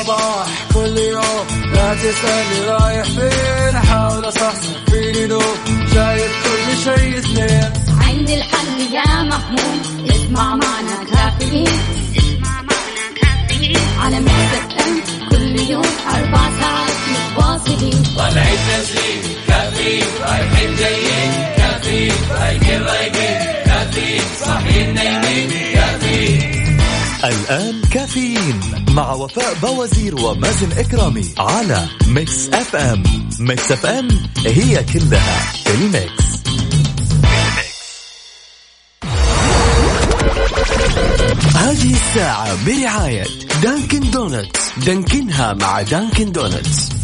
الصباح كل يوم لا تسألني رايح فين أحاول أصحصح فيني لو شايف كل شيء سنين عندي الحل يا محمود اسمع معنا كافيين على مكتب كل يوم 4 ساعات متواصلين طالعين نازلين كافيين رايحين جايين كافيين رايقين رايقين كافيين صاحيين نايمين كافيين. الآن كافيين مع وفاء بوازير ومازن إكرامي على ميكس اف ام. ميكس اف ام هي كلها في الميكس. هذه الساعة برعاية دانكن دونتس. دانكنها مع دانكن دونتس.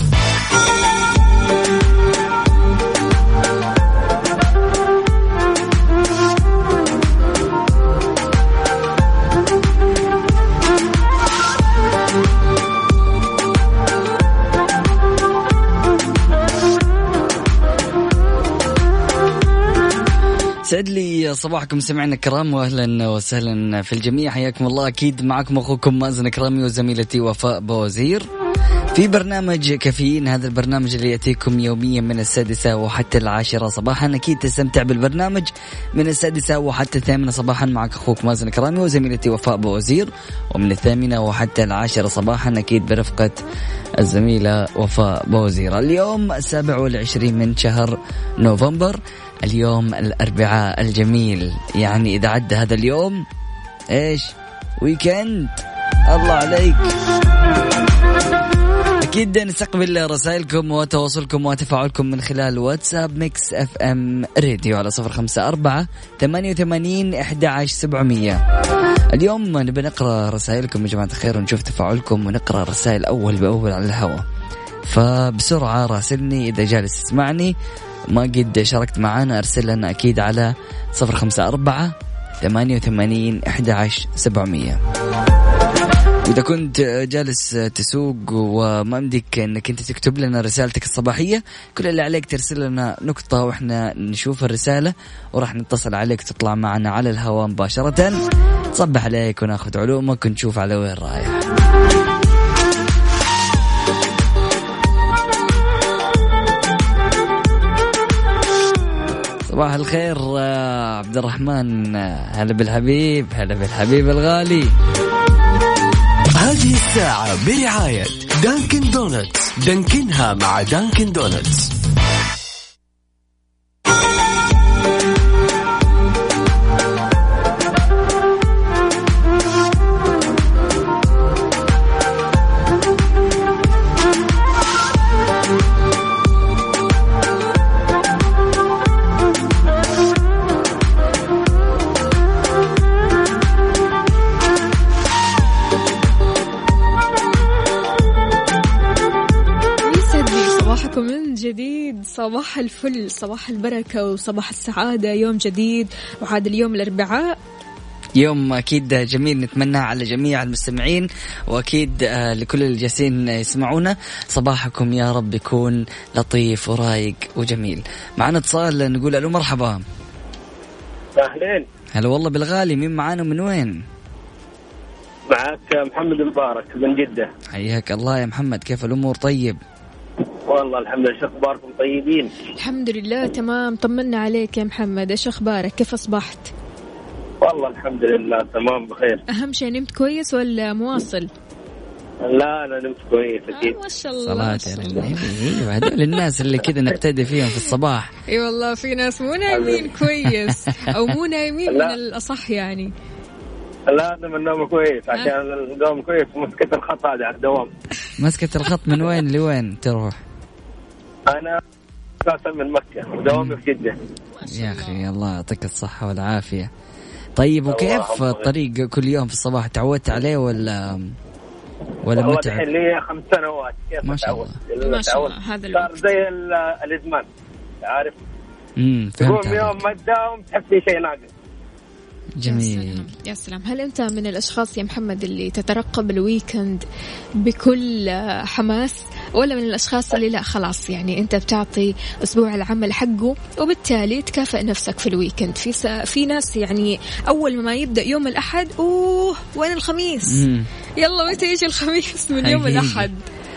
سعد لي صباحكم سمعنا الكرام واهلا وسهلا في الجميع. حياكم الله. اكيد معكم اخوكم مازن كرامي وزميلتي وفاء بوزير في برنامج كافيين. هذا البرنامج اللي يأتيكم يوميا من 6 وحتى 10 صباحا. اكيد تستمتع بالبرنامج من 6 وحتى 8 صباحا. معك اخوك مازن كرامي وزميلتي وفاء بوزير. ومن 8 وحتى 10 صباحا اكيد برفقة الزميلة وفاء بوزير. اليوم 27 من شهر نوفمبر. اليوم الأربعاء الجميل. يعني إذا عدى هذا اليوم إيش ويكند. الله عليك. أكيد نستقبل رسائلكم وتواصلكم وتفاعلكم من خلال واتساب ميكس اف ام راديو على 0548811700. اليوم نبي نقرأ رسائلكم يا جماعة الخير ونشوف تفاعلكم ونقرأ رسائل أول بأول على الهواء. فبسرعة راسلني إذا جالس تسمعني ما قد شاركت معنا أرسل لنا أكيد على 0548811700. إذا كنت جالس تسوق وما مديك أنك أنت تكتب لنا رسالتك الصباحية كل اللي عليك ترسل لنا نقطة وإحنا نشوف الرسالة وراح نتصل عليك تطلع معنا على الهواء مباشرة تصبح عليك وناخذ علومك ونشوف على وين رايح. صباح الخير عبد الرحمن. هلا بالحبيب. هلا بالحبيب الغالي. هذه الساعة برعاية دانكن دونتس. دانكنها مع دانكن دونتس. صباح الفل، صباح البركة وصباح السعادة. يوم جديد وهذا اليوم الأربعاء يوم أكيد جميل نتمنى على جميع المستمعين وأكيد لكل الجالسين يسمعونا صباحكم يا رب يكون لطيف ورايق وجميل. معنا اتصال نقول ألو مرحبا. أهلين. هلا والله بالغالي. مين معانا من وين؟ معك محمد المبارك من جدة. حياك الله يا محمد. كيف الأمور؟ طيب والله الحمد لله. شو أخباركم؟ طيبين؟ الحمد لله تمام. طمنا عليك يا محمد. إيش أخبارك؟ كيف أصبحت؟ والله الحمد لله تمام بخير. أهم شيء نمت كويس ولا مواصل؟ لا أنا نمت كويس أكيد. ما شاء الله. صلاة للنبي. هذول الناس اللي كذا نقتدي فيهم في الصباح. اي والله في ناس مو نايمين كويس أو مو نايمين من الأصح يعني. لا أنا من النوم كويس عشان النوم كويس. مسكت الخط هذا على الدوام. مسكت الخط من وين لوين تروح؟ أنا أساسا من مكة ودوامي في جدة. يا أخي الله يعطيك الصحة والعافية. طيب وكيف الطريق كل يوم في الصباح تعودت عليه ولا متعب؟ الحين لي 5 سنوات. كيف ما شاء الله. ما شاء الله. هذا صار زي الإدمان عارف. فهمت. يوم ما تداوم تحس في شيء ناقص. جميل. يا سلام. هل أنت من الأشخاص يا محمد اللي تترقب الويكند بكل حماس ولا من الأشخاص اللي لا خلاص يعني أنت بتعطي أسبوع العمل حقه وبالتالي تكافئ نفسك في الويكند؟ في ناس يعني أول ما يبدأ يوم الأحد وين الخميس يلا متى يجي الخميس من يوم الأحد؟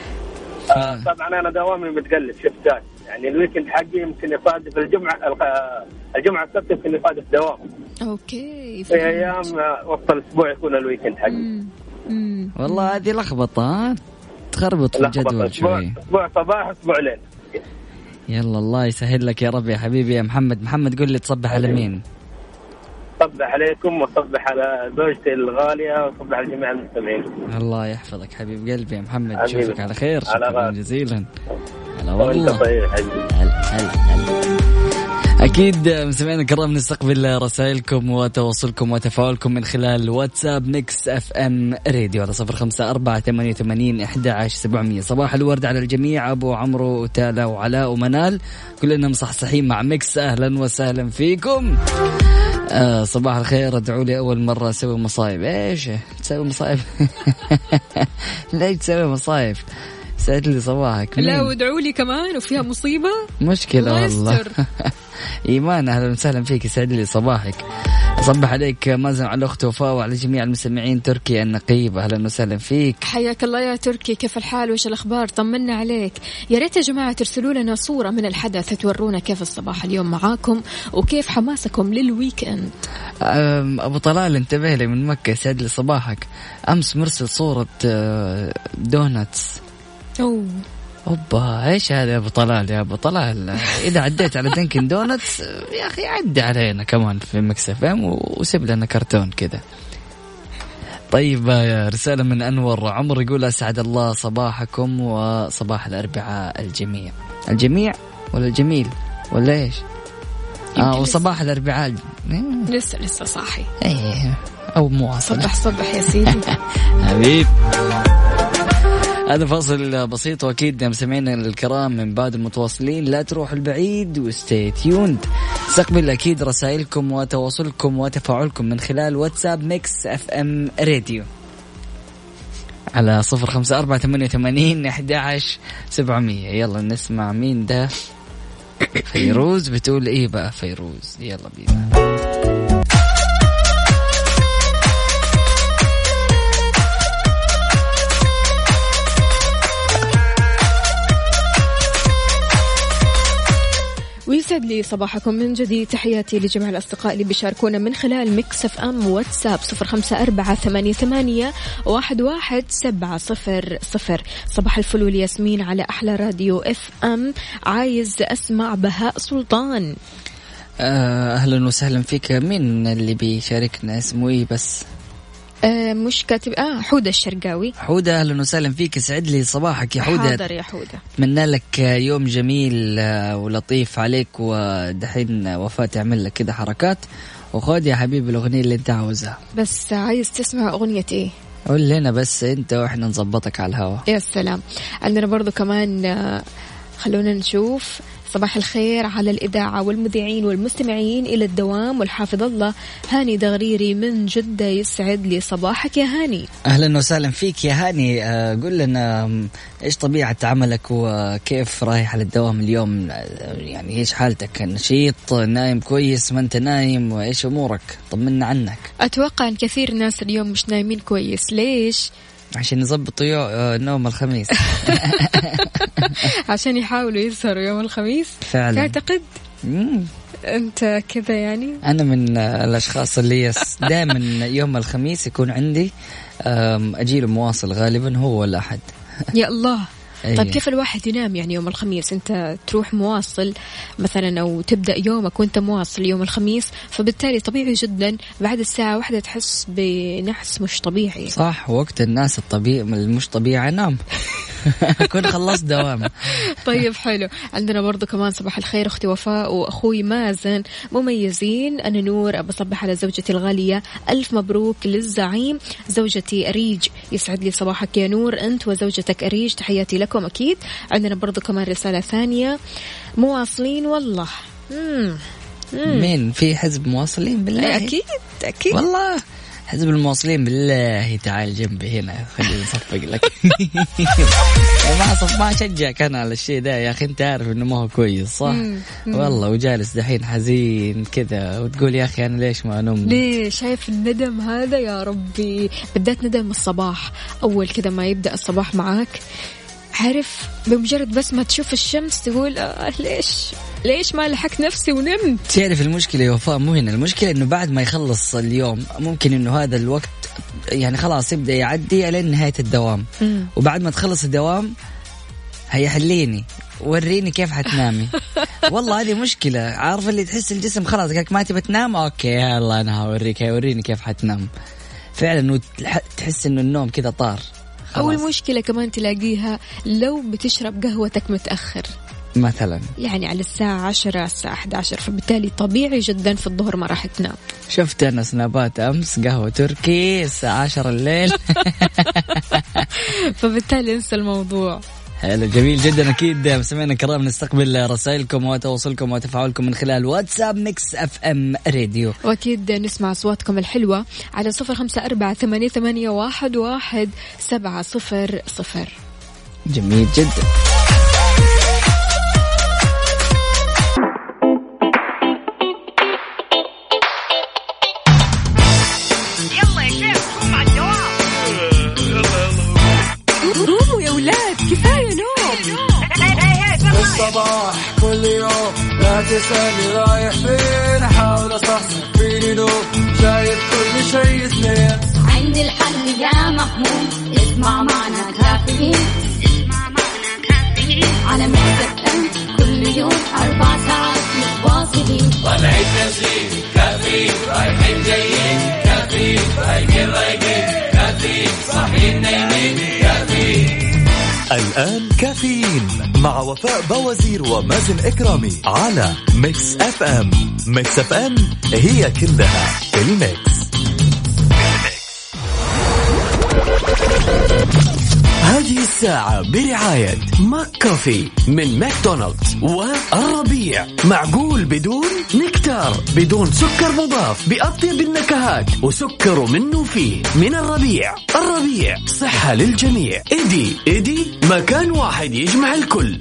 طبعا أنا دوامي متقلب شفتات، يعني الويكند حقي يمكن يصادف الجمعة السبت يمكن يصادف دوام. أوكي. في أيام وسط الأسبوع يكون الويكند حقي. والله هذه لخبطة، تخربط في الجدول شوي. أسبوع صباح أسبوع ليل. يلا الله يسهل لك يا رب يا حبيبي يا محمد قل لي تصبح على مين؟ صبح عليكم وصبح على زوجتي الغالية وصبح على جميع المستمعين. الله يحفظك حبيب قلبي يا محمد، نشوفك على خير. شكرا جزيلا. هلا والله. هلا. أكيد مستمعينا الكرام نستقبل رسائلكم وتواصلكم وتفاعلكم من خلال واتساب ميكس اف ام راديو على 0548811700. صباح الورد على الجميع، أبو عمرو وتالا وعلاء ومنال كلنا مصحصحين مع ميكس. أهلا وسهلا فيكم. صباح الخير. ادعوا لي أول مرة أسوي مصايب. إيش تسوي مصايب؟ ليش تسوي مصايب؟ سعد لي صباحك. لا وادعوا لي كمان وفيها مصيبة مشكلة والله. إيمان أهلا وسهلا فيك، يسعد لي صباحك. أصبح عليك مازن على الأخت وفاء وعلى جميع المستمعين. تركي النقيب أهلا وسهلا فيك. حياك الله يا تركي، كيف الحال وش الأخبار؟ طمنا عليك. يا ريت يا جماعة ترسلوا لنا صورة من الحدث تورونا كيف الصباح اليوم معاكم وكيف حماسكم للويكند. أبو طلال انتبه لي من مكة، يسعد لي صباحك. أمس مرسل صورة دونتس. أوبا إيش هذا يا أبو طلال؟ يا أبو طلال إذا عديت على دنكن دونتس يا أخي عدي علينا كمان في ميكس اف ام وسيب لنا كرتون كذا. طيب رسالة من أنور عمر يقول أسعد الله صباحكم وصباح الأربعاء الجميع ولا الجميل ولا إيش؟ وصباح الأربعاء لسه صاحي. أيه أو مواصل. صبح يا سيدي. حبيب. هذا فاصل بسيط وأكيد مستمعينا الكرام من بعد المتواصلين لا تروحوا البعيد وستي تيوند. استقبل أكيد رسائلكم وتواصلكم وتفاعلكم من خلال واتساب ميكس اف ام راديو على 0548811700. يلا نسمع مين ده. فيروز بتقول إيه بقى فيروز؟ يلا بينا. ويسعد لي صباحكم من جديد. تحياتي لجميع الأصدقاء اللي بيشاركونا من خلال ميكس اف ام واتساب 0548811700. صباح الفل والياسمين على أحلى راديو اف ام. عايز أسمع بهاء سلطان. أهلا وسهلا فيك. مين اللي بيشاركنا اسمه إيه بس؟ مش كاتب. حودة الشرقاوي. حودة أهلا وسهلا فيك، سعد لي صباحك يا حودة. حاضر يا حودة. أتمنى لك يوم جميل ولطيف عليك. ودحين وفاة تعمل لك كده حركات وخذ يا حبيبي الأغنية اللي أنت عاوزها. بس عايز تسمع أغنية إيه؟ قول لنا بس أنت وإحنا نظبطك على الهوا. يا سلام. عندنا برضو كمان خلونا نشوف. صباح الخير على الإذاعة والمذيعين والمستمعين إلى الدوام والحافظ الله. هاني دغريري من جدة، يسعد لي صباحك يا هاني. أهلا وسهلا فيك يا هاني. قل لنا إيش طبيعة عملك وكيف رايح على الدوام اليوم؟ يعني إيش حالتك؟ نشيط، نايم كويس، ما أنت نايم، وإيش أمورك؟ طمنا عنك. أتوقع أن كثير ناس اليوم مش نايمين كويس. ليش؟ عشان يضبطوا نوم الخميس. عشان يحاولوا يسهروا يوم الخميس فعلا. تعتقد أنت كذا يعني؟ أنا من الأشخاص اللي دائما يوم الخميس يكون عندي أجيله مواصل غالبا هو الأحد. يا الله. طيب كيف الواحد ينام يعني يوم الخميس؟ أنت تروح مواصل مثلا أو تبدأ يومك وأنت مواصل يوم الخميس، فبالتالي طبيعي جدا بعد الساعة 1 تحس بنحس مش طبيعي. صح، وقت الناس الطبيعي مش طبيعي أنام. أكون خلصت دوام. طيب حلو. عندنا برضو كمان صباح الخير أختي وفاء وأخوي مازن مميزين. أنا نور أبى أصبح على زوجتي الغالية. ألف مبروك للزعيم زوجتي أريج. يسعد لي صباحك يا نور أنت وزوجتك أريج، تحياتي لكم أكيد. عندنا برضو كمان رسالة ثانية. مواصلين والله. مين في حزب مواصلين بالله؟ أكيد والله حزب المواصلين بالله تعال جنبي هنا خليني نصفق لك. ما أشجعك أنا على الشيء ده يا أخي، أنت عارف إنه ما هو كويس صح؟ والله وجالس دحين حزين كذا وتقول يا أخي أنا ليش ما أنوم؟ ليه شايف الندم هذا يا ربي؟ بالذات ندم الصباح، أول كذا ما يبدأ الصباح معاك، عارف بمجرد بس ما تشوف الشمس تقول ليش ما لحقت نفسي ونمت. تعرف المشكلة يا وفاء مو هنا المشكلة، إنه بعد ما يخلص اليوم ممكن إنه هذا الوقت يعني خلاص يبدأ يعدي على نهاية الدوام، وبعد ما تخلص الدوام هيحليني وريني كيف حتنامي. والله هذه مشكلة، عارف اللي تحس الجسم خلاص قالك ما تبى تنام، أوكي يلا أنا هوريني كيف حتنام فعلا، وتحس إنه النوم كذا طار. أو المشكلة كمان تلاقيها لو بتشرب قهوتك متأخر مثلا، يعني على الساعة 10 الساعة 11، فبالتالي طبيعي جدا في الظهر ما راح تنام. شفت أنا سنابات أمس قهوة تركي الساعة 10 الليل. فبالتالي انسى الموضوع. حلو جميل جدا. أكيد مستمعينا الكرام نستقبل رسائلكم وتواصلكم وتفاعلكم من خلال واتساب ميكس اف ام راديو، وأكيد نسمع أصواتكم الحلوة على 0548811700. جميل جدا. يلا يا شيخ قوم على الدوام. قوموا يا ولاد كفاية نوم. الصباح كل يوم لا تسألني رايح فين، أحاول أصحصح فيني نوم، شايف كل شيء سنين. عندي الحل يا محمود، اسمع معنا كافيين، على ميكس اف ام كل يوم 4 ساعات متواصلين. طلعت تسليم كافيين، رايحين جايين كافيين، رايقين كافيين، صاحيين نايمين كافيين. الآن كافيين مع وفاء بوازير ومازن إكرامي على ميكس اف ام. ميكس اف ام هي كلها في الميكس. هذه الساعة برعاية ماك كوفي من ماكدونالدز والربيع، معقول بدون نكتار، بدون سكر مضاف، بأطيب النكهات وسكر منه فيه. من الربيع صحة للجميع. إيدي مكان واحد يجمع الكل.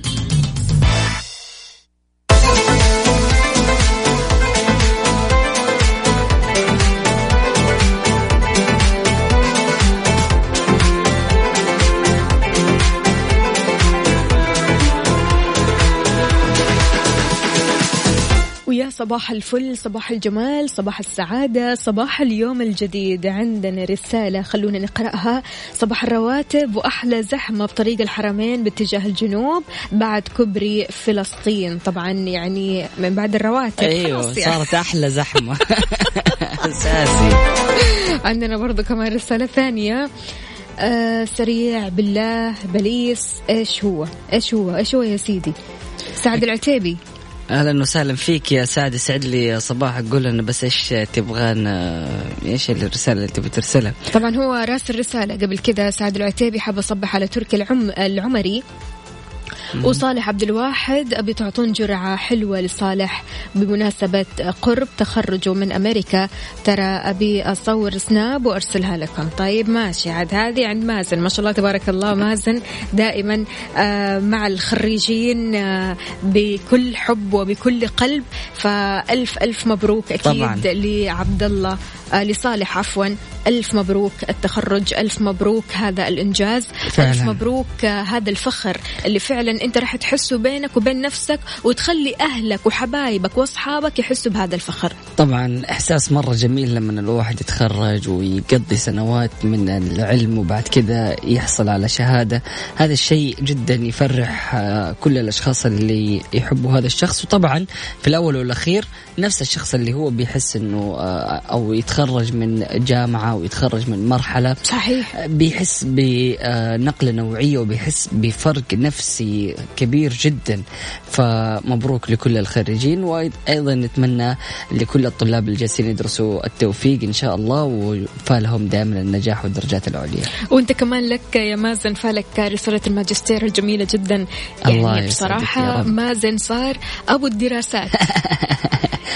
ويا صباح الفل، صباح الجمال، صباح السعادة، صباح اليوم الجديد. عندنا رسالة خلونا نقرأها. صباح الرواتب وأحلى زحمة بطريق الحرمين باتجاه الجنوب بعد كوبري فلسطين. طبعا يعني من بعد الرواتب أيوة صارت أحلى زحمة. أساسي. عندنا برضو كمان رسالة ثانية. سريع بالله بليس. إيش هو يا سيدي؟ سعد العتيبي. أهلا وسهلا فيك يا سعد، يسعد لي صباحك. قول لنا بس إيش تبغان، إيش الرسالة اللي تبي ترسلها؟ طبعا هو راسل رسالة قبل كذا. سعد العتيبي حاب أصبح على تركي العمري وصالح عبد الواحد، أبي تعطون جرعة حلوة لصالح بمناسبة قرب تخرجه من أمريكا، ترى أبي أصور سناب وأرسلها لكم. طيب ماشي، عاد هذه عند مازن ما شاء الله تبارك الله. مازن دائما مع الخريجين بكل حب وبكل قلب، فألف مبروك أكيد طبعاً لعبد الله لصالح عفوا. ألف مبروك التخرج، ألف مبروك هذا الإنجاز فعلا. ألف مبروك هذا الفخر اللي فعلا أنت راح تحسه بينك وبين نفسك، وتخلي أهلك وحبايبك وأصحابك يحسوا بهذا الفخر. طبعا إحساس مرة جميل لما الواحد يتخرج ويقضي سنوات من العلم وبعد كده يحصل على شهادة. هذا الشيء جدا يفرح كل الأشخاص اللي يحبوا هذا الشخص. وطبعا في الأول والأخير نفس الشخص اللي هو بيحس أنه أو يتخرج من جامعة ويتخرج من مرحلة صحيح، بيحس بنقلة نوعية وبيحس بفرق نفسي كبير جدا. فمبروك لكل الخريجين، وأيضا نتمنى لكل الطلاب الجالسين يدرسوا التوفيق إن شاء الله، وفالهم دائما النجاح والدرجات العليا. وأنت كمان لك يا مازن فالك رسالة الماجستير الجميلة جدا، يعني بصراحة مازن صار أبو الدراسات.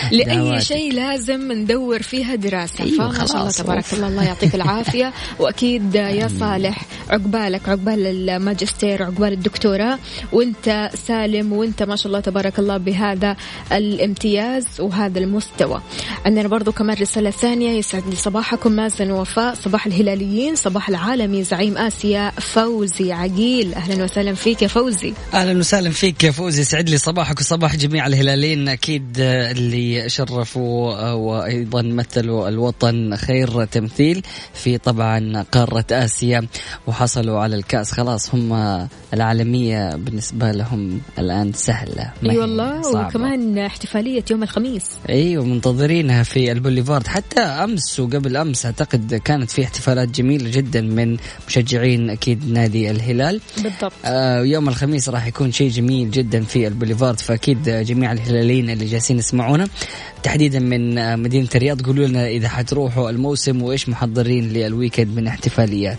لأي شيء لازم ندور فيها دراسة. أيوة فما شاء الله تبارك الله يعطيك العافية. وأكيد يا صالح عقبالك، عقبال الماجستير، عقبال الدكتوراه، وانت سالم، وانت ما شاء الله تبارك الله بهذا الامتياز وهذا المستوى. عندنا برضو كمان رسالة ثانية، يسعد لي صباحكم مازن ووفاء، صباح الهلاليين، صباح العالمي، زعيم آسيا فوزي عقيل. أهلا وسهلا فيك يا فوزي. أهلا وسهلا فيك يا فوزي، يسعد لي صباحك وصباح جميع الهلاليين أكيد اللي شرفوا وأيضا مثلوا الوطن خير تمثيل في طبعا قارة آسيا وحصلوا على الكأس. خلاص هم العالمية بالنسبة لهم الآن سهلة. أي والله. وكمان احتفالية يوم الخميس أيوة منتظرينها في البوليفارد. حتى أمس وقبل أمس أعتقد كانت في احتفالات جميلة جدا من مشجعين أكيد نادي الهلال. بالضبط. يوم الخميس راح يكون شيء جميل جدا في البوليفارد. فأكيد جميع الهلاليين اللي جالسين يسمعونا تحديدا من مدينة الرياض قولوا لنا إذا حتروحوا الموسم وإيش محضرين للويكند من احتفاليات.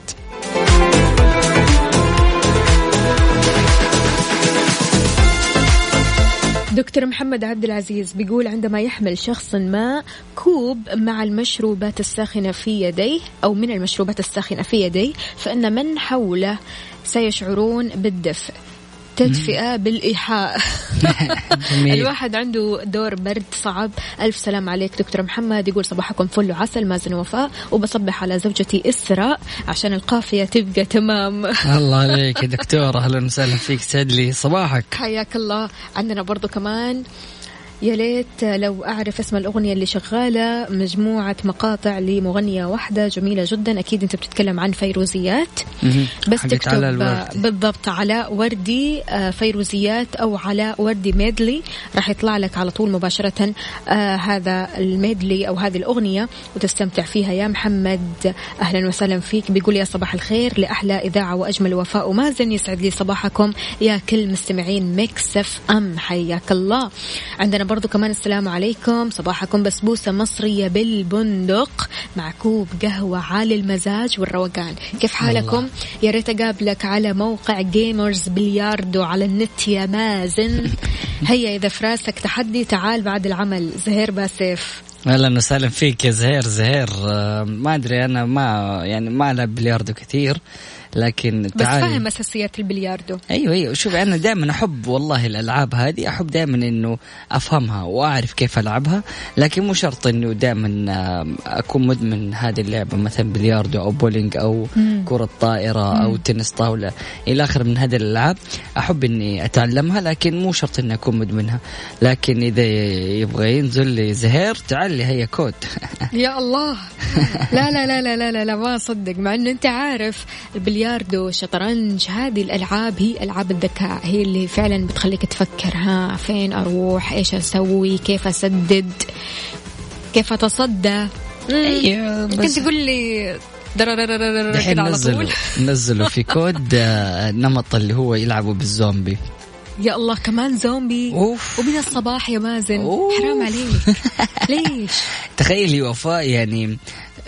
دكتور محمد عبد العزيز بيقول عندما يحمل شخص ما كوب مع المشروبات الساخنة في يديه أو من المشروبات الساخنة في يديه فإن من حوله سيشعرون بالدفء، تدفئة بالإيحاء. الواحد عنده دور برد صعب. ألف سلام عليك دكتور محمد. يقول صباحكم فل وعسل مازن وفاء، وبصبح على زوجتي إسراء عشان القافية تبقى تمام. الله عليك يا دكتور، أهلا وسهلا فيك، سعد لي صباحك. حياك الله. عندنا برضو كمان يا ليت لو أعرف اسم الأغنية اللي شغالة، مجموعة مقاطع لمغنية واحدة جميلة جدا. أكيد أنت بتتكلم عن فيروزيات، بس تكتب بالضبط علاء وردي فيروزيات أو علاء وردي ميدلي، راح يطلع لك على طول مباشرة هذا الميدلي أو هذه الأغنية وتستمتع فيها يا محمد. أهلا وسهلا فيك. بيقول يا صباح الخير لأحلى إذاعة وأجمل وفاء ومازن، يسعد لي صباحكم يا كل مستمعين ميكس اف ام. حياك الله. عندنا برضو كمان السلام عليكم، صباحكم بسبوسة مصرية بالبندق مع كوب قهوة عالي المزاج والروقان. كيف حالكم؟ الله. يا ريت أقابلك على موقع جيمرز بلياردو على النت يا مازن. هيا إذا فراسك تحدي تعال بعد العمل. زهير باسيف. أهلا وسهلا فيك يا زهير. ما أدري أنا ما ألعب بلياردو كثير، لكن بس فاهم أساسيات البلياردو. أيوة شوف أنا دائما أحب والله الألعاب هذه، أحب دائما إنه أفهمها وأعرف كيف ألعبها، لكن مو شرط إنه دائما أكون مدمن هذه اللعبة مثلا بلياردو أو بولينج أو كرة طائرة أو تنس طاولة إلى آخر من هذه الألعاب. أحب إني أتعلمها لكن مو شرط إني أكون مدمنها. لكن إذا يبغى ينزل لي زهير تعال لي هي كود. يا الله. لا لا لا لا لا لا ما أصدق، مع إنه أنت عارف البلياردو الشطرنج هذه الألعاب هي ألعاب الذكاء، هي اللي فعلا بتخليك تفكر ها فين أروح، إيش أسوي، كيف أسدد، كيف أتصدى. ممكن تقول لي دحين نزلوا في كود نمط اللي هو يلعبوا بالزومبي. يا الله كمان زومبي. ومن الصباح يا مازن. حرام عليك. ليش؟ تخيلي وفاء يعني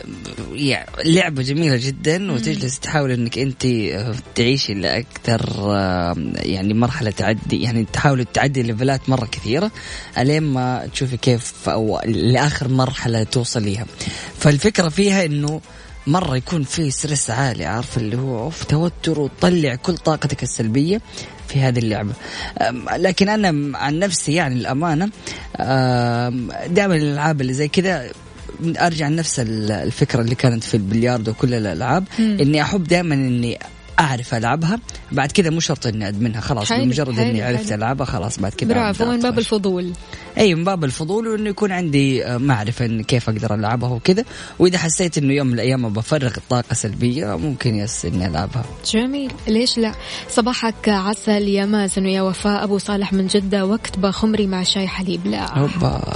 لعبة جميلة جدا وتجلس تحاول انك انت تعيشي لأكثر يعني مرحلة تعدي، يعني تحاول تعدي ليفلات مرة كثيرة ألين ما تشوفي كيف أو لآخر مرحلة توصليها. فالفكرة فيها انه مرة يكون في ستريس عالي، عارف اللي هو توتر، وتطلع كل طاقتك السلبية في هذه اللعبة. لكن أنا عن نفسي يعني الأمانة دائما الألعاب اللي زي كذا أرجع نفس الفكرة اللي كانت في البلياردو وكل الألعاب، إني أحب دائما إني أعرف ألعبها، بعد كذا مو شرط إني أدمنها خلاص. بمجرد إني عرفت ألعبها خلاص بعد كذا برافو. من باب الفضول. أي من باب الفضول، وإنه يكون عندي معرفة إن كيف أقدر ألعبها وكذا. وإذا حسيت إنه يوم من الأيام بفرغ الطاقة سلبية ممكن إني ألعبها. جميل، ليش لا. صباحك عسل يا مازن ويا وفاء. أبو صالح من جدة، وقت باخمري مع شاي حليب. لا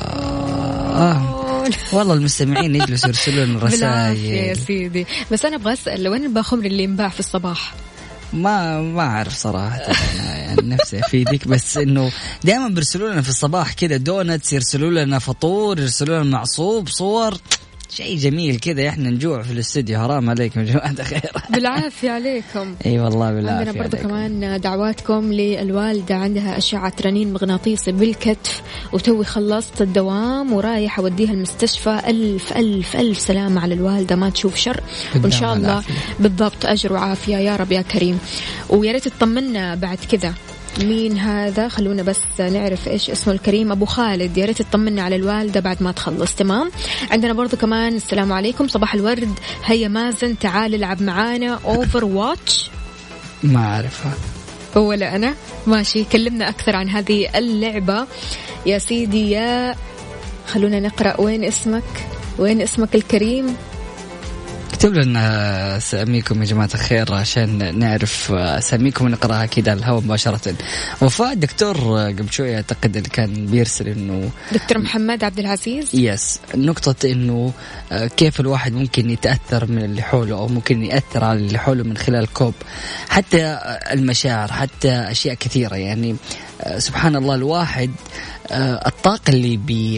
والله المستمعين يجلسوا يرسلوا لنا رسائل يا سيدي. بس أنا أبغى أسأل، وين الباخمري اللي ينباع في الصباح؟ ما أعرف صراحة يعني نفسي أفيدك، بس إنه دائما بيرسلوا لنا في الصباح كده دونتس، يرسلوا لنا فطور، يرسلوا لنا معصوب، صور. شيء جميل كذا. احنا نجوع في الاستوديو، حرام عليكم يا جماعة الخير. بالعافية عليكم. اي والله بالعافية. عندنا برضو كمان دعواتكم للوالدة عندها أشعة رنين مغناطيسي بالكتف وتوي خلصت الدوام ورايح أوديها المستشفى. ألف ألف ألف سلامة على الوالدة، ما تشوف شر وإن شاء الله بالضبط أجر وعافية يا رب يا كريم. ويا ريت تطمنا بعد كذا مين هذا، خلونا بس نعرف إيش اسمه الكريم. أبو خالد، يا ريت تطمنا على الوالدة بعد ما تخلص. تمام. عندنا برضو كمان السلام عليكم صباح الورد، هيا مازن تعال العب معانا أوفر واتش. ما أعرفها ولا أنا. ماشي، كلمنا أكثر عن هذه اللعبة يا سيدي. يا خلونا نقرأ. وين اسمك الكريم؟ اكتب لنا اساميكم يا جماعة الخير عشان نعرف اساميكم ونقراها كده على الهواء مباشرة. وفاء الدكتور قبل شوية اعتقد اللي كان بيرسل انه دكتور محمد عبد العزيز. يس، نقطة انه كيف الواحد ممكن يتأثر من اللي حوله او ممكن يأثر على اللي حوله من خلال كوب، حتى المشاعر، حتى اشياء كثيرة. يعني سبحان الله الواحد الطاقة اللي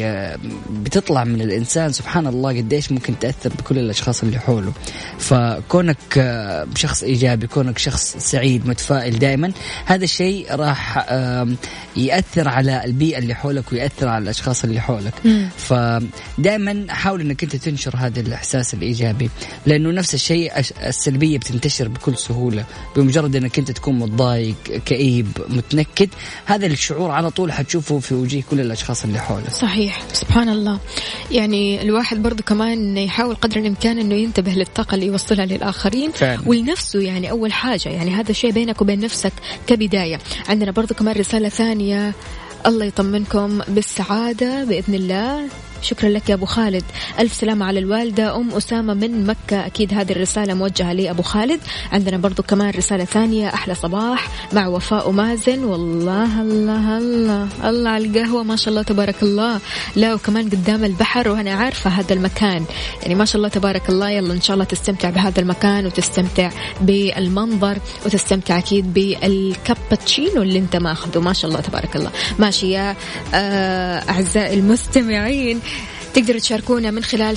بتطلع من الإنسان سبحان الله قديش ممكن تأثر بكل الأشخاص اللي حوله. فكونك شخص إيجابي، كونك شخص سعيد متفائل دائما، هذا الشيء راح يأثر على البيئة اللي حولك ويأثر على الأشخاص اللي حولك. فدائما حاول أنك أنت تنشر هذا الإحساس الإيجابي، لأنه نفس الشيء السلبية بتنتشر بكل سهولة. بمجرد أنك أنت تكون متضايق كئيب متنكد، هذا الشعور على طول حتشوفه في وجه كل الأشخاص اللي حوله. صحيح سبحان الله. يعني الواحد برضو كمان يحاول قدر الإمكان أنه ينتبه للطاقة اللي يوصلها للآخرين ولنفسه. يعني أول حاجة يعني هذا شيء بينك وبين نفسك كبداية. عندنا برضو كمان رسالة ثانية، الله يطمنكم بالسعادة بإذن الله. شكرا لك يا أبو خالد، ألف سلامة على الوالدة أم أسامة من مكة. أكيد هذه الرسالة موجهة لي أبو خالد. عندنا برضو كمان رسالة ثانية، أحلى صباح مع وفاء ومازن. والله الله الله الله على القهوة ما شاء الله تبارك الله. لا وكمان قدام البحر وأنا عارفة هذا المكان، يعني ما شاء الله تبارك الله. يلا إن شاء الله تستمتع بهذا المكان وتستمتع بالمنظر وتستمتع أكيد بالكابتشينو اللي أنت ماخذه ما شاء الله تبارك الله. ماشي يا أعزائي المستمعين، تقدروا تشاركونا من خلال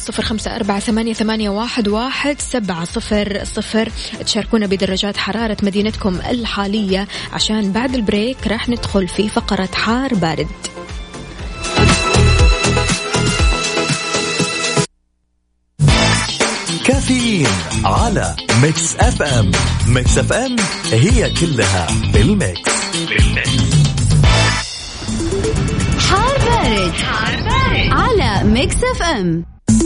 0548811700. تشاركونا بدرجات حرارة مدينتكم الحالية عشان بعد البريك راح ندخل في فقرة حار بارد. كافيين على ميكس اف ام. ميكس اف ام هي كلها بالميكس. حار بارد على ميكس اف ام.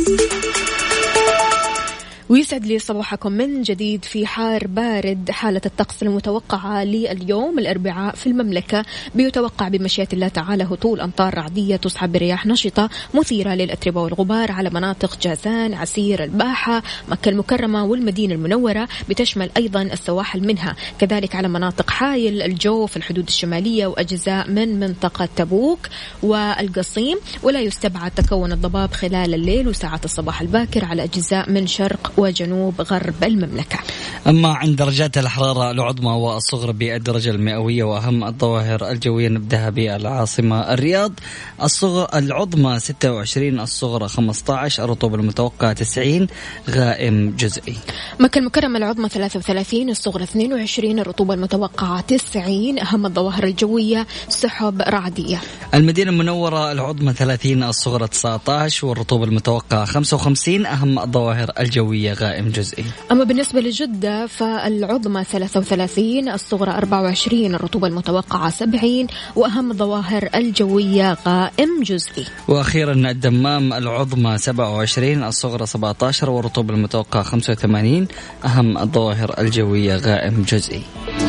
ويسعد لي صباحكم من جديد في حار بارد. حالة الطقس المتوقعة لليوم الأربعاء في المملكة بيتوقع بمشيئة الله تعالى هطول أمطار رعدية تصحب برياح نشطة مثيرة للأتربة والغبار على مناطق جازان، عسير، الباحة، مكة المكرمة والمدينة المنورة، بتشمل أيضا السواحل منها، كذلك على مناطق حائل الجوف، الحدود الشمالية وأجزاء من منطقة تبوك والقصيم. ولا يستبعد تكون الضباب خلال الليل وساعات الصباح الباكر على أجزاء من شرق وجنوب غرب المملكة. أما عند درجات الحرارة العظمى والصغرى بالدرجة المئوية وأهم الظواهر الجوية نبدأها بالعاصمة الرياض. العظمى 26، الصغرى 15، الرطوبة المتوقعة 90، غائم جزئي. مكة المكرمة العظمى 33، الصغرى 22، الرطوبة المتوقعة 90. أهم الظواهر الجوية سحب رعدية. المدينة المنورة العظمى 30، الصغرى 19، والرطوبة المتوقعة 55. أهم الظواهر الجوية غائم جزئي. أما بالنسبة لجدة فالعظمى 33، الصغرى 24، الرطوبة المتوقعة 70. وأهم الظواهر الجوية غائم جزئي. وأخيرا الدمام العظمى 27، الصغرى 17، والرطوبة المتوقعة 85. أهم الظواهر الجوية غائم جزئي.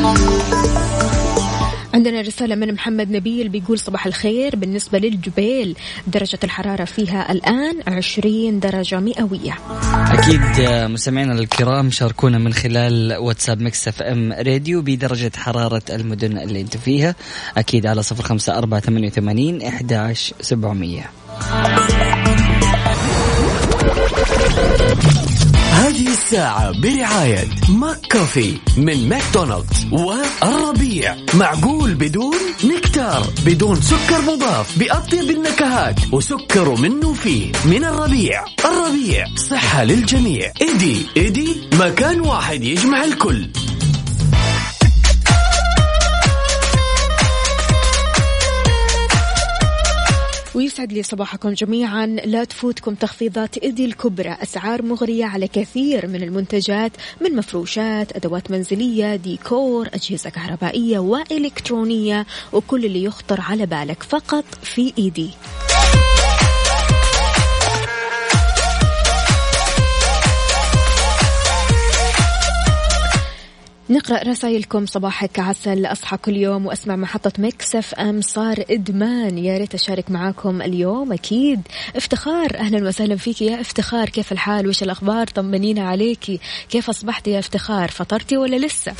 عندنا رسالة من محمد نبيل بيقول صباح الخير. بالنسبة للجبيل درجة الحرارة فيها الآن 20 درجة مئوية. أكيد مستمعينا الكرام شاركونا من خلال واتساب ميكس اف ام راديو بدرجة حرارة المدن اللي انت فيها، أكيد على 0548811700. هذه الساعة برعاية ماك كوفي من ماكدونالدز والربيع. معقول بدون نكتار، بدون سكر مضاف، بأطيب النكهات وسكر منه فيه. من الربيع. الربيع صحة للجميع. إيدي مكان واحد يجمع الكل. ويسعد لي صباحكم جميعا. لا تفوتكم تخفيضات إيدي الكبرى، أسعار مغرية على كثير من المنتجات، من مفروشات، أدوات منزلية، ديكور، أجهزة كهربائية وإلكترونية، وكل اللي يخطر على بالك فقط في إيدي. نقرأ رسائلكم. صباحك عسل، أصحى كل يوم وأسمع محطة ميكس اف ام صار إدمان. يا ريت أشارك معاكم اليوم. أكيد. افتخار، أهلا وسهلا فيك يا افتخار. كيف الحال؟ وش الأخبار؟ طمنينا عليكي. كيف أصبحتي يا افتخار؟ فطرتي ولا لسه؟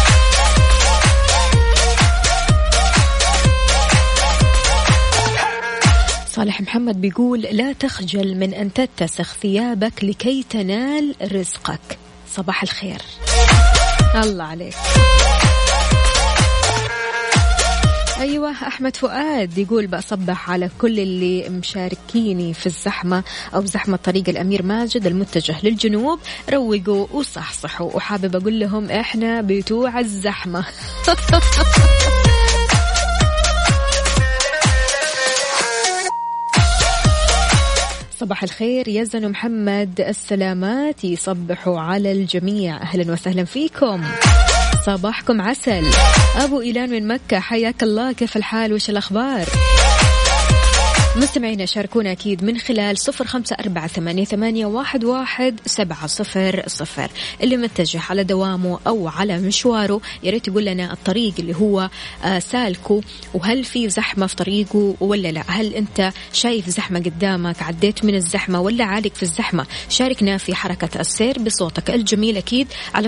صالح محمد بيقول لا تخجل من أن تتسخ ثيابك لكي تنال رزقك. صباح الخير. الله عليك. أيوة. أحمد فؤاد يقول بصبح على كل اللي مشاركيني في الزحمة أو زحمة طريق الأمير ماجد المتجه للجنوب. روقوا وصحصحوا، وحابب أقول لهم إحنا بتوع الزحمة. صباح الخير يزن محمد، السلامات يصبحوا على الجميع. أهلا وسهلا فيكم، صباحكم عسل. أبو إيلان من مكة، حياك الله. كيف الحال؟ وش الأخبار؟ مستمعينا شاركونا أكيد من خلال 0548811700. اللي متجه على دوامه أو على مشواره ياريت يقول لنا الطريق اللي هو سالكه، وهل في زحمة في طريقه ولا لا؟ هل أنت شايف زحمة قدامك؟ عديت من الزحمة ولا عالق في الزحمة؟ شاركنا في حركة السير بصوتك الجميل أكيد على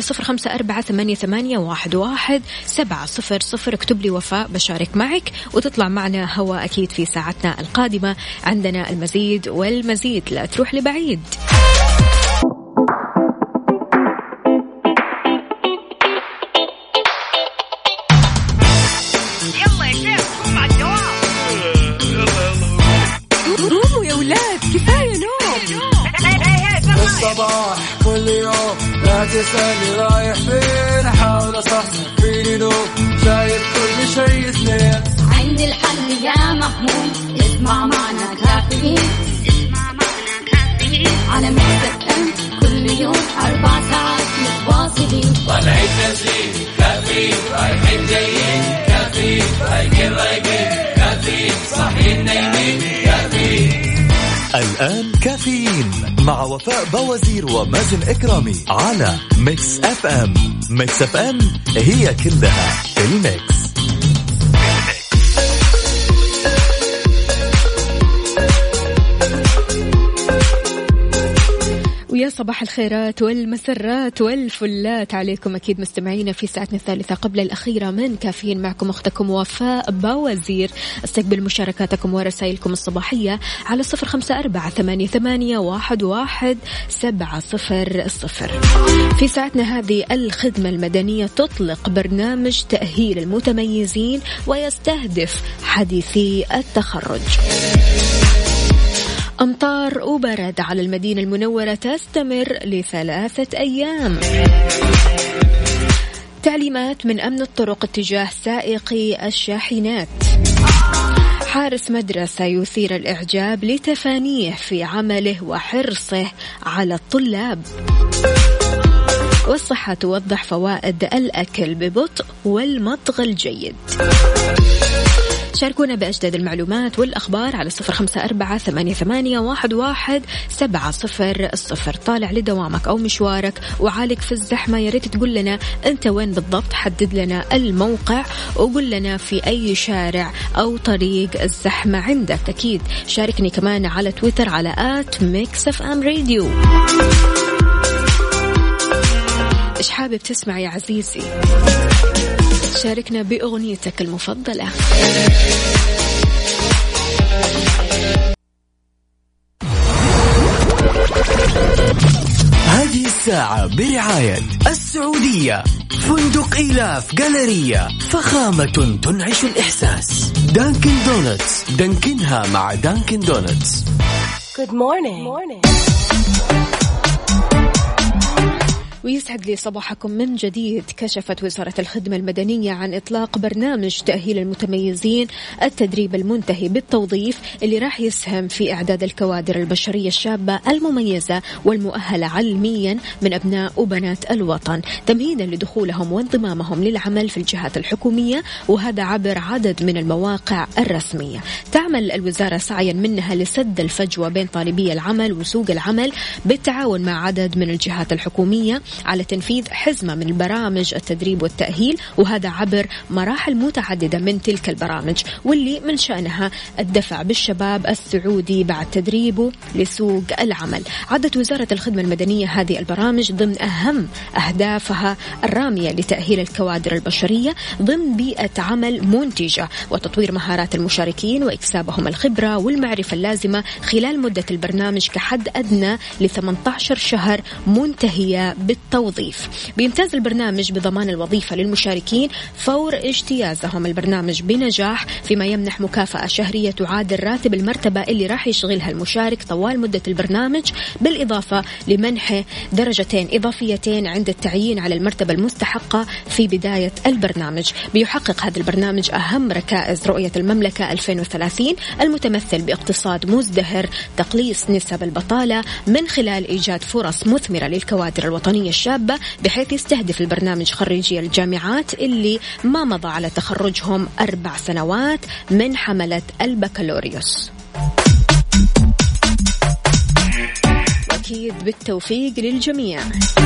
0548811700. اكتب لي وفاء بشارك معك وتطلع معنا هوا أكيد في ساعتنا القادمة. عندنا المزيد والمزيد، لا تروح لبعيد. يلا يا شيخ قوم على الدوام. قوموا يا ولاد، كفاية نوم. الصباح كل يوم لا تسألني رايح فين، أحاول أصحصح فيني نوم، شايف كل شيء سنين. عندي الحل يا محمود، اسمع معنا كافيين. على ميكس اف ام كل يوم 4 ساعات متواصلين. طلعت تسليم كافيين، رايحين جايين كافيين، رايقين كافيين، صاحيين نايمين كافيين. الآن كافيين مع وفاء بوازير ومازن إكرامي على ميكس اف ام. ميكس اف ام هي كلها الميكس. ويا صباح الخيرات والمسرات والفلات عليكم أكيد مستمعينا في ساعتنا الثالثة قبل الأخيرة من كافيين. معكم أختكم وفاء باوزير. استقبل مشاركاتكم ورسائلكم الصباحية على 0548811700. في ساعتنا هذه الخدمة المدنية تطلق برنامج تأهيل المتميزين ويستهدف حديثي التخرج. أمطار وبرد على المدينة المنورة تستمر ل3 أيام. تعليمات من أمن الطرق اتجاه سائقي الشاحنات. حارس مدرسة يثير الإعجاب لتفانيه في عمله وحرصه على الطلاب. والصحة توضح فوائد الأكل ببطء والمضغ الجيد. شاركونا بأجدد المعلومات والأخبار على 0548811700. طالع لدوامك أو مشوارك وعالق في الزحمة، ياريت تقول لنا أنت وين بالضبط، حدد لنا الموقع وقول لنا في أي شارع أو طريق الزحمة عندك. أكيد شاركني كمان على تويتر على @mixfmradio. إيش حابب تسمع يا عزيزي؟ شاركنا بأغنيتك المفضلة. هذه الساعة برعاية السعودية، فندق إيلاف جالرية، فخامة تنعش الإحساس، دانكن دونتس، دانكنها مع دانكن دونتس. Good morning. ويسعد لي صباحكم من جديد. كشفت وزارة الخدمة المدنية عن إطلاق برنامج تأهيل المتميزين، التدريب المنتهي بالتوظيف اللي راح يسهم في إعداد الكوادر البشرية الشابة المميزة والمؤهلة علميا من أبناء وبنات الوطن، تمهيدا لدخولهم وانضمامهم للعمل في الجهات الحكومية، وهذا عبر عدد من المواقع الرسمية. تعمل الوزارة سعيا منها لسد الفجوة بين طالبي العمل وسوق العمل بالتعاون مع عدد من الجهات الحكومية على تنفيذ حزمة من البرامج التدريب والتأهيل، وهذا عبر مراحل متعددة من تلك البرامج، واللي من شأنها الدفع بالشباب السعودي بعد تدريبه لسوق العمل. عدت وزارة الخدمة المدنية هذه البرامج ضمن أهم أهدافها الرامية لتأهيل الكوادر البشرية ضمن بيئة عمل منتجة، وتطوير مهارات المشاركين وإكسابهم الخبرة والمعرفة اللازمة خلال مدة البرنامج كحد أدنى ل18 شهر منتهية بالتوظيف. بيمتاز البرنامج بضمان الوظيفة للمشاركين فور اجتيازهم البرنامج بنجاح، فيما يمنح مكافأة شهرية تعادل راتب المرتبة اللي راح يشغلها المشارك طوال مدة البرنامج، بالإضافة لمنحه درجتين إضافيتين عند التعيين على المرتبة المستحقة في بداية البرنامج. بيحقق هذا البرنامج أهم ركائز رؤية المملكة 2030 المتمثل باقتصاد مزدهر، تقليص نسب البطالة من خلال إيجاد فرص مثمرة للكوادر الوطنية الشابة، بحيث يستهدف البرنامج خريجي الجامعات اللي ما مضى على تخرجهم 4 سنوات من حملة البكالوريوس. أكيد بالتوفيق للجميع.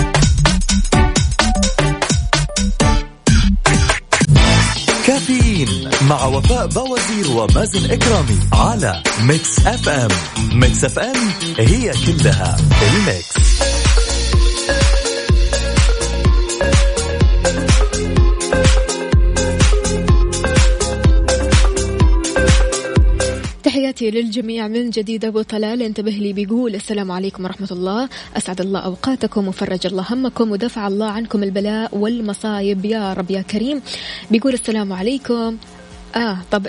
كافيين مع وفاء بوازير ومازن إكرامي على ميكس اف ام. ميكس اف ام هي كلها الميكس. تحياتي للجميع من جديد. أبو طلال انتبه لي بيقول السلام عليكم ورحمة الله، أسعد الله أوقاتكم وفرج الله همكم ودفع الله عنكم البلاء والمصايب يا رب يا كريم. بيقول السلام عليكم. طب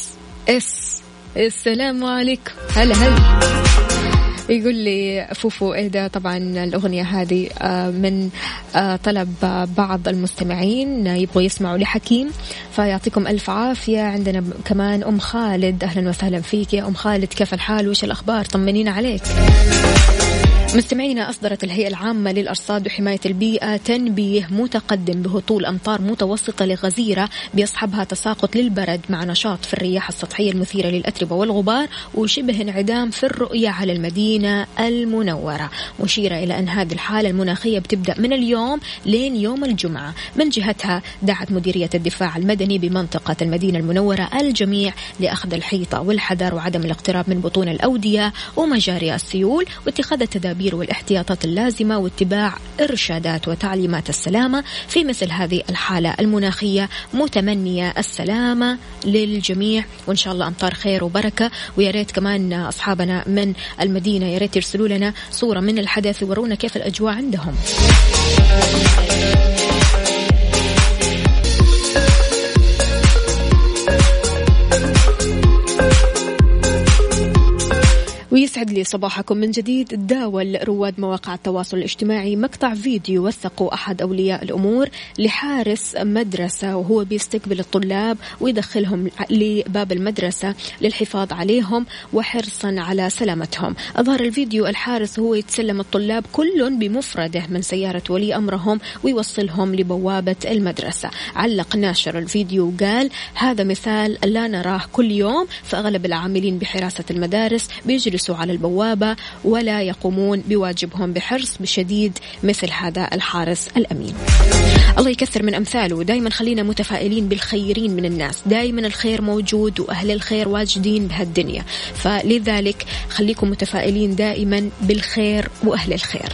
السلام عليكم. هلا يقول لي فوفو إهدى. طبعا الأغنية هذه من طلب بعض المستمعين يبغوا يسمعوا لحكيم، فيعطيكم ألف عافية. عندنا كمان أم خالد، أهلا وسهلا فيك يا أم خالد، كيف الحال وش الأخبار؟ طمنينا عليك. مستمعينا، أصدرت الهيئة العامة للأرصاد وحماية البيئة تنبيه متقدم بهطول أمطار متوسطة لغزيرة بيصحبها تساقط للبرد مع نشاط في الرياح السطحية المثيرة للأتربة والغبار وشبه انعدام في الرؤية على المدينة المنورة، مشيرة إلى أن هذه الحالة المناخية بتبدأ من اليوم لين يوم الجمعة. من جهتها دعت مديرية الدفاع المدني بمنطقة المدينة المنورة الجميع لأخذ الحيطة والحذر وعدم الاقتراب من بطون الأودية ومجاري السيول، واتخاذ التدابير والاحتياطات اللازمة واتباع إرشادات وتعليمات السلامة في مثل هذه الحالة المناخية، متمنية السلامة للجميع وإن شاء الله أمطار خير وبركة. ويا ريت كمان أصحابنا من المدينة يا ريت يرسلوا لنا صورة من الحدث ويورونا كيف الأجواء عندهم. ويسعد لي صباحكم من جديد. تداول رواد مواقع التواصل الاجتماعي مقطع فيديو وثقوا أحد أولياء الأمور لحارس مدرسة وهو بيستقبل الطلاب ويدخلهم لباب المدرسة للحفاظ عليهم وحرصا على سلامتهم. أظهر الفيديو الحارس وهو يتسلم الطلاب كل بمفرده من سيارة ولي أمرهم ويوصلهم لبوابة المدرسة. علق ناشر الفيديو وقال هذا مثال لا نراه كل يوم، فأغلب العاملين بحراسة المدارس بيجلسوا على البوابة ولا يقومون بواجبهم بحرص بشديد مثل هذا الحارس الأمين. الله يكثر من أمثاله. دايما خلينا متفائلين بالخيرين من الناس، دايما الخير موجود وأهل الخير واجدين بهالدنيا، فلذلك خليكم متفائلين دائما بالخير وأهل الخير.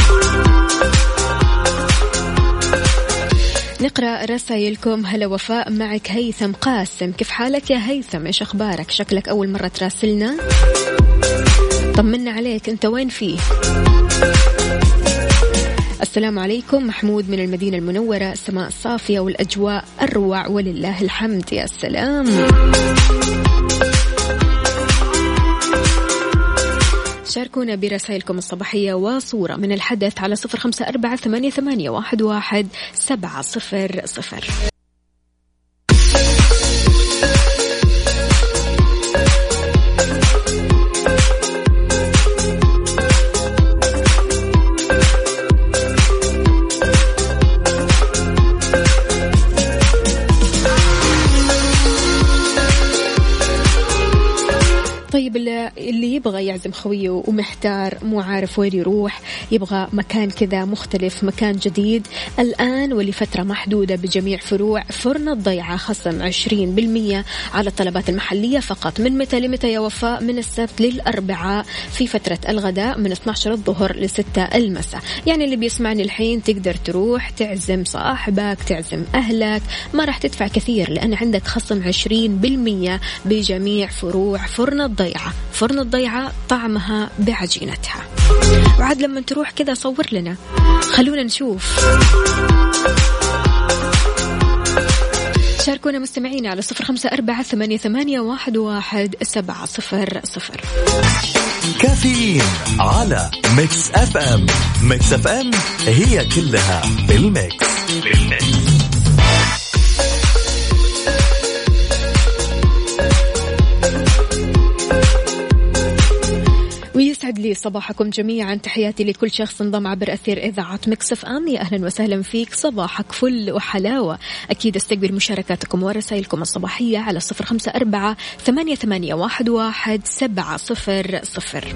نقرأ رسائلكم. هلا وفاء، معك هيثم قاسم، كيف حالك يا هيثم؟ إيش أخبارك؟ شكلك أول مرة تراسلنا، طمنا عليك، أنت وين فيه؟ السلام عليكم، محمود من المدينة المنورة، السماء الصافية والأجواء الروع ولله الحمد. يا سلام. شاركونا برسائلكم الصباحية وصورة من الحدث على 0548811700. طيب اللي يبغى يعزم خويه ومحتار مو عارف وين يروح، يبغى مكان كذا مختلف، مكان جديد، الآن ولفترة محدودة بجميع فروع فرن الضيعة خصم 20% على الطلبات المحلية فقط. من متى لمتى يا وفاء؟ من السبت للأربعاء في فترة الغداء من 12 الظهر ل6 المساء. يعني اللي بيسمعني الحين تقدر تروح تعزم صاحبك، تعزم أهلك، ما راح تدفع كثير لأن عندك خصم 20% بجميع فروع فرن الضيعة. فرن الضيعة طعمها بعجينتها. وعاد لما تروح كذا صور لنا، خلونا نشوف. شاركونا مستمعين على 0548811700. كافيين على ميكس اف ام. ميكس اف ام هي كلها بالميكس. ويسعد لي صباحكم جميعا، تحياتي لكل شخص انضم عبر أثير إذاعة ميكس اف ام. يا أهلا وسهلا فيك، صباحك فل وحلاوة. أكيد استقبل مشاركاتكم ورسائلكم الصباحية على 0548811700.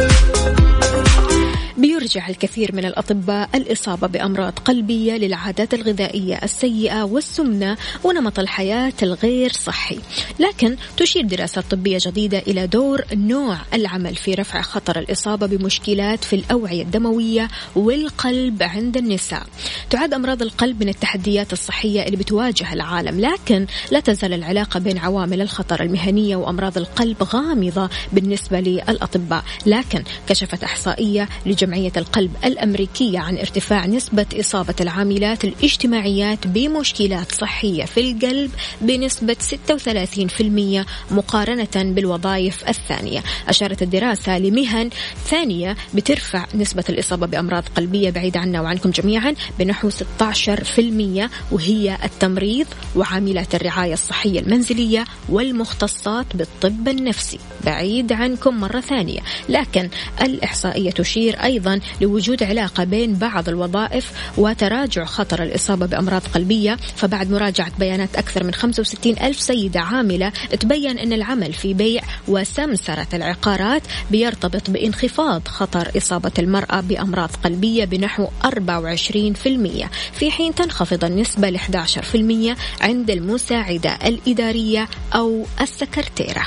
بيرجع الكثير من الأطباء الإصابة بأمراض قلبية للعادات الغذائية السيئة والسمنة ونمط الحياة الغير صحي، لكن تشير دراسات طبية جديدة إلى دور نوع العمل في رفع خطر الإصابة بمشكلات في الأوعية الدموية والقلب عند النساء. تعد أمراض القلب من التحديات الصحية اللي بتواجه العالم، لكن لا تزال العلاقة بين عوامل الخطر المهنية وأمراض القلب غامضة بالنسبة للأطباء. لكن كشفت إحصائية لجمعية القلب الأمريكية عن ارتفاع نسبة إصابة العاملات الاجتماعيات بمشكلات صحية في القلب بنسبة 36% مقارنة بالوظائف الثانية. أشارت الدراسة لمهن ثانية بترفع نسبة الإصابة بأمراض قلبية بعيد عنا وعنكم جميعا بنحو 16%، وهي التمريض وعاملات الرعاية الصحية المنزلية والمختصات بالطب النفسي، بعيد عنكم مرة ثانية. لكن الإحصائية تشير أيضا لوجود علاقة بين بعض الوظائف وتراجع خطر الإصابة بأمراض قلبية. فبعد مراجعة بيانات أكثر من 65,000 سيدة عاملة تبين أن العمل في بيع وسمسرة العقارات بيرتبط بانخفاض خطر إصابة المرأة بأمراض قلبية بنحو 24%، في حين تنخفض النسبة ل 11% عند المساعدة الإدارية أو السكرتيرة.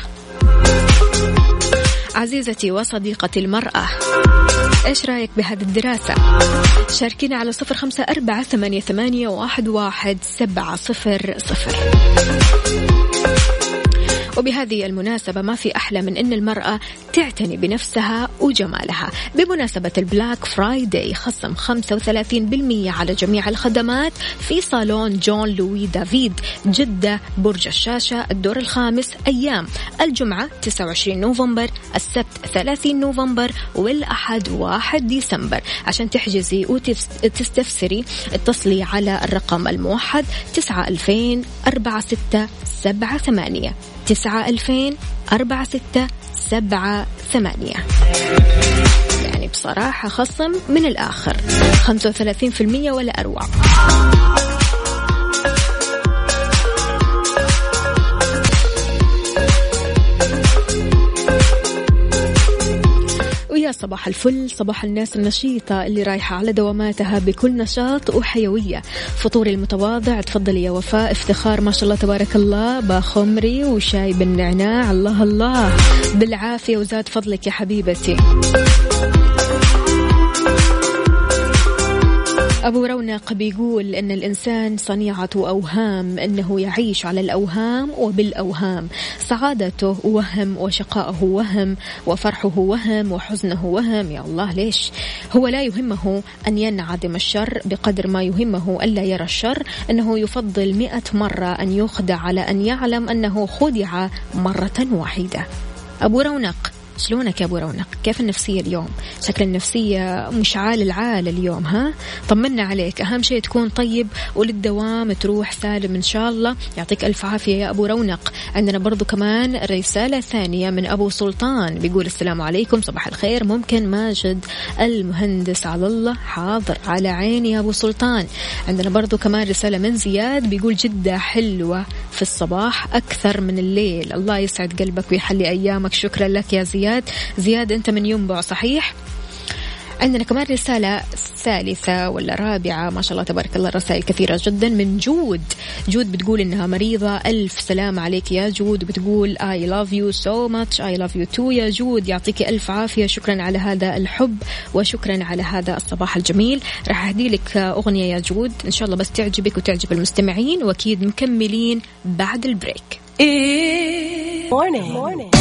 عزيزتي وصديقتي المرأة، إيش رأيك بهذه الدراسة؟ شاركينا على 0548811700. وبهذه المناسبة ما في أحلى من أن المرأة تعتني بنفسها وجمالها. بمناسبة البلاك فرايداي خصم 35% على جميع الخدمات في صالون جون لوي دافيد جدة برج الشاشة الدور الخامس، أيام الجمعة 29 نوفمبر، السبت 30 نوفمبر، والأحد 1 ديسمبر. عشان تحجزي وتستفسري اتصلي على الرقم الموحد 90004678 90004678. يعني بصراحة خصم من الآخر 35% ولا أروع. ويا صباح الفل، صباح الناس النشيطة اللي رايحة على دواماتها بكل نشاط وحيوية. فطوري المتواضع تفضلي يا وفاء، افتخار ما شاء الله تبارك الله، باخمري وشاي بالنعناع، الله الله بالعافية وزاد فضلك يا حبيبتي. أبو رونق بيقول أن الإنسان صنيعة أوهام، أنه يعيش على الأوهام وبالأوهام، سعادته وهم وشقاءه وهم وفرحه وهم وحزنه وهم. يا الله ليش؟ هو لا يهمه أن ينعدم الشر بقدر ما يهمه ألا يرى الشر، أنه يفضل 100 مرة أن يخدع على أن يعلم أنه خدع مرة واحدة. أبو رونق شلونك يا أبو رونق؟ كيف النفسية اليوم؟ شكل النفسية مشعال العال اليوم، ها؟ طمنا عليك، أهم شيء تكون طيب وللدوام تروح سالم إن شاء الله. يعطيك ألف عافية يا أبو رونق. عندنا برضو كمان رسالة ثانية من أبو سلطان بيقول السلام عليكم، صباح الخير، ممكن ماجد المهندس على الله؟ حاضر على عيني يا أبو سلطان. عندنا برضو كمان رسالة من زياد بيقول جدة حلوة في الصباح أكثر من الليل، الله يسعد قلبك ويحلي أيامك. شكرا لك يا زياد أنت من ينبع صحيح. عندنا كمان رسالة ثالثة ولا رابعة، ما شاء الله تبارك الله، رسائل كثيرة جدا من جود بتقول إنها مريضة، ألف سلام عليك يا جود، بتقول I love you so much, I love you too يا جود، يعطيك ألف عافية. شكرا على هذا الحب وشكرا على هذا الصباح الجميل. راح أهدي لك أغنية يا جود إن شاء الله بس تعجبك وتعجب المستمعين، وأكيد مكملين بعد البريك. Morning.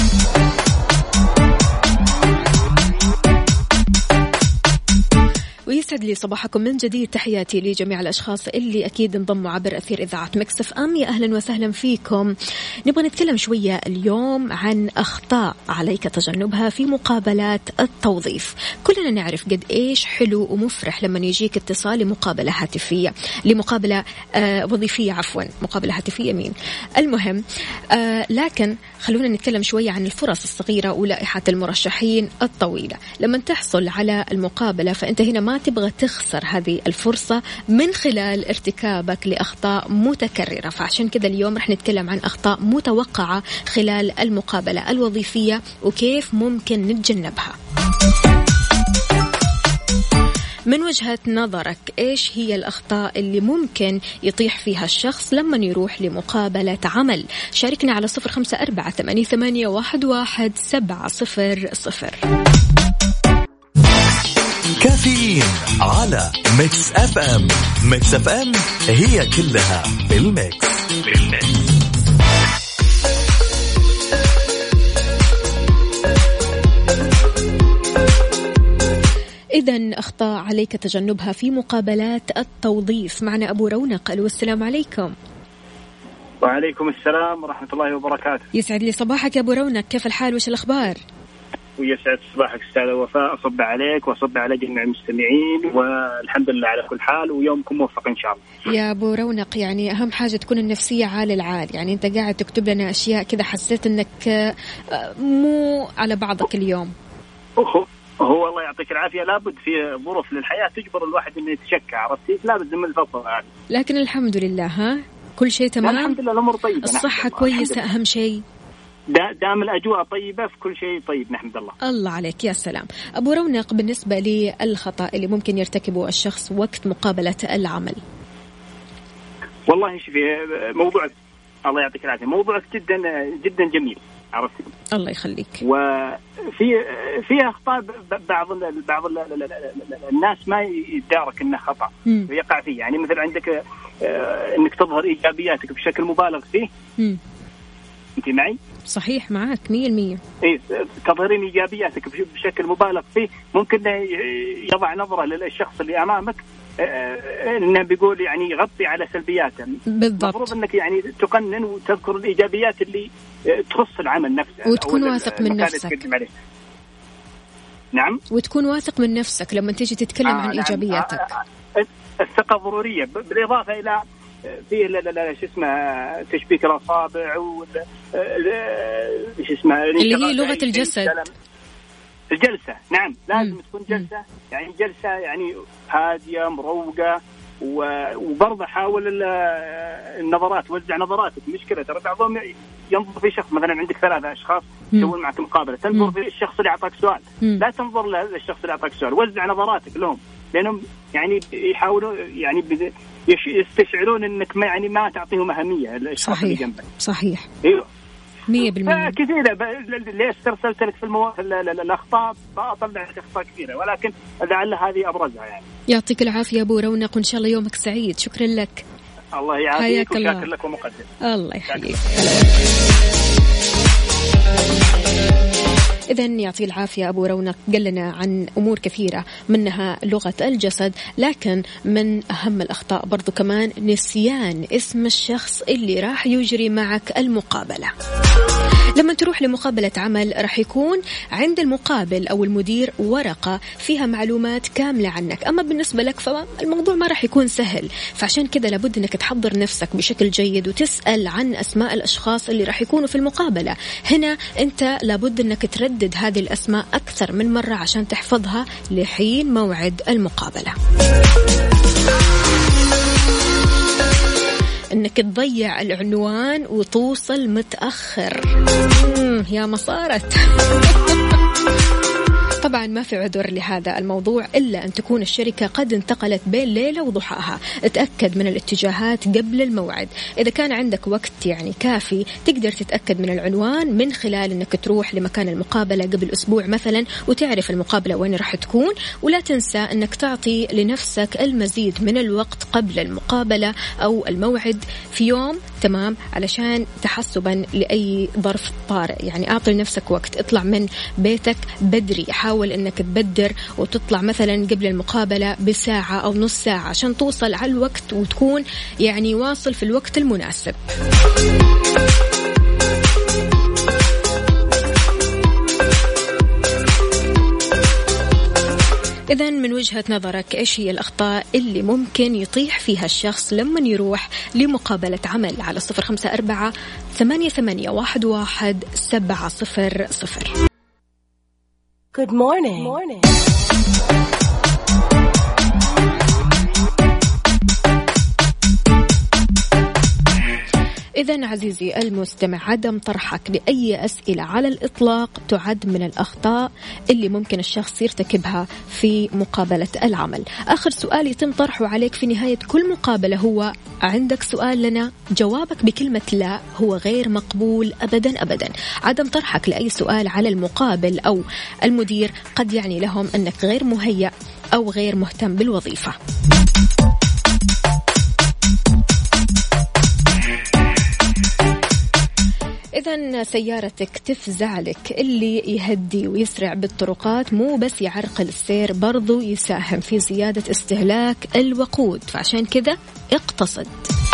ويسعد لي صباحكم من جديد، تحياتي لجميع الأشخاص اللي أكيد انضموا عبر أثير إذاعة ميكس اف ام. يا أهلا وسهلا فيكم. نبغى نتكلم شوية اليوم عن أخطاء عليك تجنبها في مقابلات التوظيف. كلنا نعرف قد إيش حلو ومفرح لما يجيك اتصال لمقابلة هاتفية، لمقابلة وظيفية، عفوا مقابلة هاتفية مين المهم. لكن خلونا نتكلم شوية عن الفرص الصغيرة ولائحة المرشحين الطويلة. لما تحصل على المقابلة فأنت هنا ما تبغى تخسر هذه الفرصة من خلال ارتكابك لأخطاء متكررة. فعشان كذا اليوم رح نتكلم عن أخطاء متوقعة خلال المقابلة الوظيفية وكيف ممكن نتجنبها. من وجهة نظرك إيش هي الأخطاء اللي ممكن يطيح فيها الشخص لما يروح لمقابلة عمل؟ شاركنا على 0548811700. كافيين على ميكس اف ام. ميكس اف ام هي كلها بالميكس. إذن أخطاء عليك تجنبها في مقابلات التوظيف. معنا أبو رونق. ألو السلام عليكم. وعليكم السلام ورحمة الله وبركاته. يسعد لي صباحك يا أبو رونق، كيف الحال وش الأخبار؟ ويسعد صباحك أستاذة وفاء، أصب عليك وأصب على جميع المستمعين، والحمد لله على كل حال، ويومكم موفق إن شاء الله. يا أبو رونق، يعني أهم حاجة تكون النفسية عال العال. يعني أنت قاعد تكتب لنا أشياء كذا حسيت أنك مو على بعضك اليوم. هو الله يعطيك العافية، لابد في ظروف للحياة تجبر الواحد إنه يتشكى، عرفتي؟ لابد من الفضل يعني. لكن الحمد لله، ها كل شيء تمام. الحمد لله الأمور طيبة، الصحة كويسة أهم شيء. دام الأجواء طيبة في كل شيء طيب، نحمد الله. الله عليك يا سلام. أبو رونق، بالنسبة للخطأ اللي ممكن يرتكبه الشخص وقت مقابلة العمل. والله شوفي، موضوعك الله يعطيك العافية، موضوعك جدا جدا جميل، عرفتي؟ الله يخليك. وفي أخطاء بعض الناس ما يدارك إنه خطأ ويقع فيه. يعني مثل عندك إنك تظهر إيجابياتك بشكل مبالغ فيه. أنت معي؟ صحيح، معك 100%. إيه، تظهرين إيجابياتك بشكل مبالغ فيه ممكن يضع نظرة للشخص اللي أمامك إنه بيقول يعني يغطي على سلبياته. بالضبط. المفروض إنك يعني تقنن وتذكر الإيجابيات اللي تخص العمل نفسه، وتكون واثق من نفسك. نعم. وتكون واثق من نفسك لما تيجي تتكلم عن إيجابياتك. الثقة ضرورية، بالإضافة إلى فيه شو اسمه تشبيك الأصابع شو اسمه اللي هي لغة الجسد. الجلسة، نعم، لازم تكون جلسة يعني جلسة يعني هادية مروقة، وبرضه حاول النظرات، وزع نظراتك. مشكلة ترى بعضهم ينظر في شخص، مثلا عندك 3 أشخاص يسوون معك مقابلة، تنظر في الشخص اللي أعطاك سؤال، لا تنظر للشخص اللي أعطاك سؤال، وزع نظراتك لهم، لأنهم يعني يحاولوا يعني يستشعرون إنك ما تعطيهم أهمية الشخص اللي جنبك. صحيح. أيوه. كثيرة. ليش استرسلت لك في الأخطاء؟ بأطلع أخطاء كثيرة، ولكن لعل هذه أبرزها يعني. يعطيك العافية أبو رونق، وإن شاء الله يومك سعيد. شكرا لك. الله يعافيك وشاكر لك ومقدر. الله يحييك. إذن يعطي العافية أبو رونق قال لنا عن أمور كثيرة منها لغة الجسد، لكن من أهم الأخطاء برضو كمان نسيان اسم الشخص اللي راح يجري معك المقابلة. لما تروح لمقابلة عمل راح يكون عند المقابل أو المدير ورقة فيها معلومات كاملة عنك، أما بالنسبة لك فالموضوع ما راح يكون سهل، فعشان كذا لابد أنك تحضر نفسك بشكل جيد وتسأل عن أسماء الأشخاص اللي راح يكونوا في المقابلة. هنا أنت لابد أنك تردد هذه الأسماء أكثر من مرة عشان تحفظها لحين موعد المقابلة. انك تضيع العنوان وتوصل متأخر، يا ما صارت. طبعا ما في عذر لهذا الموضوع إلا أن تكون الشركة قد انتقلت بين ليلة وضحاها. اتأكد من الاتجاهات قبل الموعد. إذا كان عندك وقت يعني كافي تقدر تتأكد من العنوان من خلال أنك تروح لمكان المقابلة قبل أسبوع مثلا وتعرف المقابلة وين راح تكون. ولا تنسى أنك تعطي لنفسك المزيد من الوقت قبل المقابلة أو الموعد في يوم تمام علشان تحسبا لأي ظرف طارئ. يعني أعطي لنفسك وقت، اطلع من بيتك بدري، حاول أنك تبدر وتطلع مثلا قبل المقابلة بساعة أو نص ساعة عشان توصل على الوقت وتكون يعني واصل في الوقت المناسب. إذن من وجهة نظرك إيش هي الأخطاء اللي ممكن يطيح فيها الشخص لما يروح لمقابلة عمل؟ على 0548811700. Good morning. إذن عزيزي المستمع، عدم طرحك لأي أسئلة على الإطلاق تعد من الأخطاء اللي ممكن الشخص يرتكبها في مقابلة العمل. آخر سؤال يتم طرحه عليك في نهاية كل مقابلة هو: عندك سؤال لنا؟ جوابك بكلمة لا هو غير مقبول أبدا أبدا. عدم طرحك لأي سؤال على المقابل أو المدير قد يعني لهم أنك غير مهيأ أو غير مهتم بالوظيفة. إذن سيارتك تفزع لك، اللي يهدي ويسرع بالطرقات مو بس يعرقل السير، برضو يساهم في زيادة استهلاك الوقود، فعشان كذا اقتصد.